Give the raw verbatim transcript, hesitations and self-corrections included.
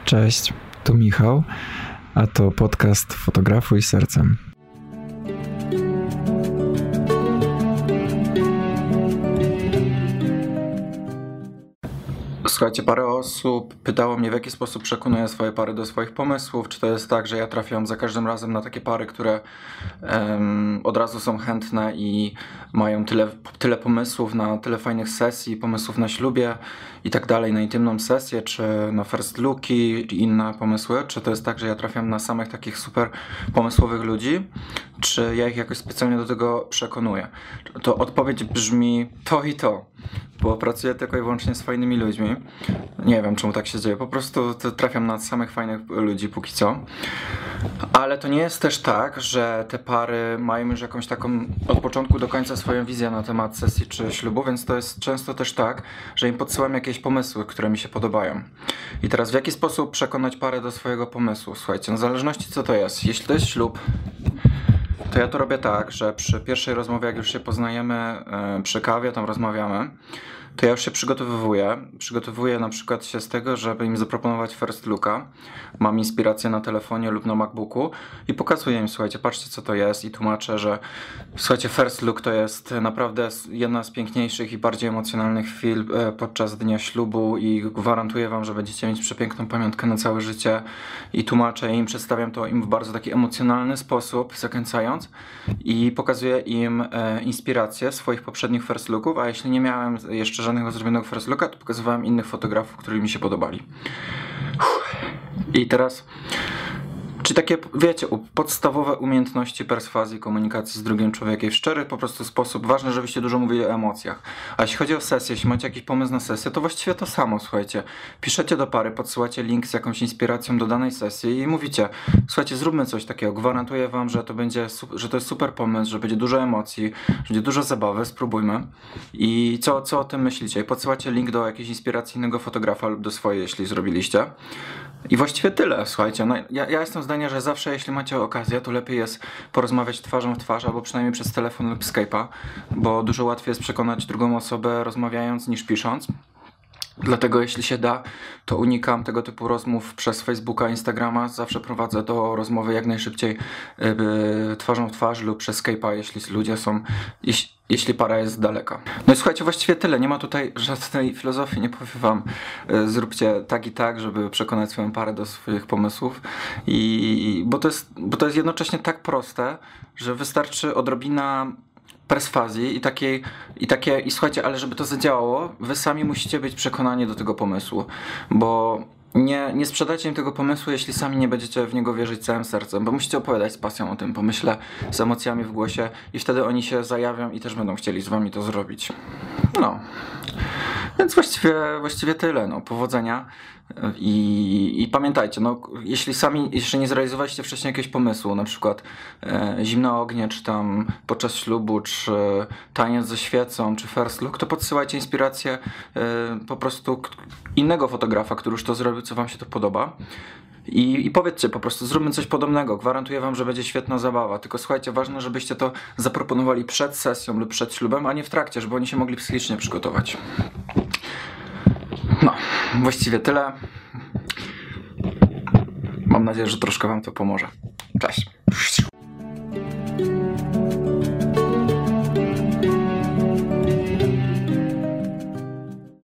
Cześć, tu Michał, a to podcast Fotografuj sercem. Słuchajcie, parę osób pytało mnie, w jaki sposób przekonuję swoje pary do swoich pomysłów. Czy to jest tak, że ja trafiam za każdym razem na takie pary, które um, od razu są chętne i mają tyle, tyle pomysłów na tyle fajnych sesji, pomysłów na ślubie i tak dalej, na intymną sesję, czy na first looki i inne pomysły. Czy to jest tak, że ja trafiam na samych takich super pomysłowych ludzi, czy ja ich jakoś specjalnie do tego przekonuję? To odpowiedź brzmi to i to, bo pracuję tylko i wyłącznie z fajnymi ludźmi. Nie wiem, czemu tak się dzieje, po prostu trafiam na samych fajnych ludzi póki co. Ale to nie jest też tak, że te pary mają już jakąś taką od początku do końca swoją wizję na temat sesji czy ślubu, więc to jest często też tak, że im podsyłam jakieś pomysły, które mi się podobają. I teraz w jaki sposób przekonać parę do swojego pomysłu? Słuchajcie, no w zależności co to jest. Jeśli to jest ślub, to ja to robię tak, że przy pierwszej rozmowie, jak już się poznajemy, yy, przy kawie, tam rozmawiamy, to ja już się przygotowywuję. Przygotowuję na przykład się z tego, żeby im zaproponować first looka. Mam inspirację na telefonie lub na MacBooku i pokazuję im, słuchajcie, patrzcie co to jest i tłumaczę, że słuchajcie, first look to jest naprawdę jedna z piękniejszych i bardziej emocjonalnych chwil podczas dnia ślubu i gwarantuję wam, że będziecie mieć przepiękną pamiątkę na całe życie i tłumaczę im, przedstawiam to im w bardzo taki emocjonalny sposób, zachęcając i pokazuję im e, inspirację swoich poprzednich first looków, a jeśli nie miałem jeszcze żadnego zrobionego first looka, to pokazywałem innych fotografów, którzy mi się podobali. Uff. I teraz, czy takie, wiecie, podstawowe umiejętności perswazji, komunikacji z drugim człowiekiem w szczery po prostu sposób. Ważne, żebyście dużo mówili o emocjach. A jeśli chodzi o sesję, jeśli macie jakiś pomysł na sesję, to właściwie to samo, słuchajcie. Piszecie do pary, podsyłacie link z jakąś inspiracją do danej sesji i mówicie, słuchajcie, zróbmy coś takiego. Gwarantuję wam, że to będzie, że to jest super pomysł, że będzie dużo emocji, że będzie dużo zabawy, spróbujmy. I co, co o tym myślicie? I podsyłacie link do jakiegoś inspiracyjnego fotografa lub do swojej, jeśli zrobiliście. I właściwie tyle, słuchajcie. No, ja, ja jestem zdania, że zawsze jeśli macie okazję, to lepiej jest porozmawiać twarzą w twarz, albo przynajmniej przez telefon lub Skype'a, bo dużo łatwiej jest przekonać drugą osobę rozmawiając niż pisząc. Dlatego jeśli się da, to unikam tego typu rozmów przez Facebooka, Instagrama. Zawsze prowadzę do rozmowy jak najszybciej yy, twarzą w twarz lub przez Skype'a, jeśli ludzie są, jeśli, jeśli para jest z daleka. No i słuchajcie, właściwie tyle. Nie ma tutaj żadnej filozofii, nie powiem wam, yy, zróbcie tak i tak, żeby przekonać swoją parę do swoich pomysłów. I, bo, to jest, bo to jest jednocześnie tak proste, że wystarczy odrobina perswazji i takiej, i takie, i słuchajcie, ale żeby to zadziałało, wy sami musicie być przekonani do tego pomysłu, bo nie, nie sprzedacie im tego pomysłu, jeśli sami nie będziecie w niego wierzyć całym sercem, bo musicie opowiadać z pasją o tym pomyśle, z emocjami w głosie i wtedy oni się zajawią i też będą chcieli z wami to zrobić. No. Więc właściwie, właściwie tyle, no, powodzenia i, i pamiętajcie, no, jeśli sami jeszcze nie zrealizowaliście wcześniej jakiegoś pomysłu, na przykład e, zimne ognie, czy tam podczas ślubu, czy taniec ze świecą, czy first look, to podsyłajcie inspirację e, po prostu innego fotografa, który już to zrobił, co wam się to podoba. I, I powiedzcie po prostu, zróbmy coś podobnego, gwarantuję wam, że będzie świetna zabawa, tylko słuchajcie, ważne, żebyście to zaproponowali przed sesją lub przed ślubem, a nie w trakcie, żeby oni się mogli psychicznie przygotować. No, właściwie tyle. Mam nadzieję, że troszkę wam to pomoże. Cześć.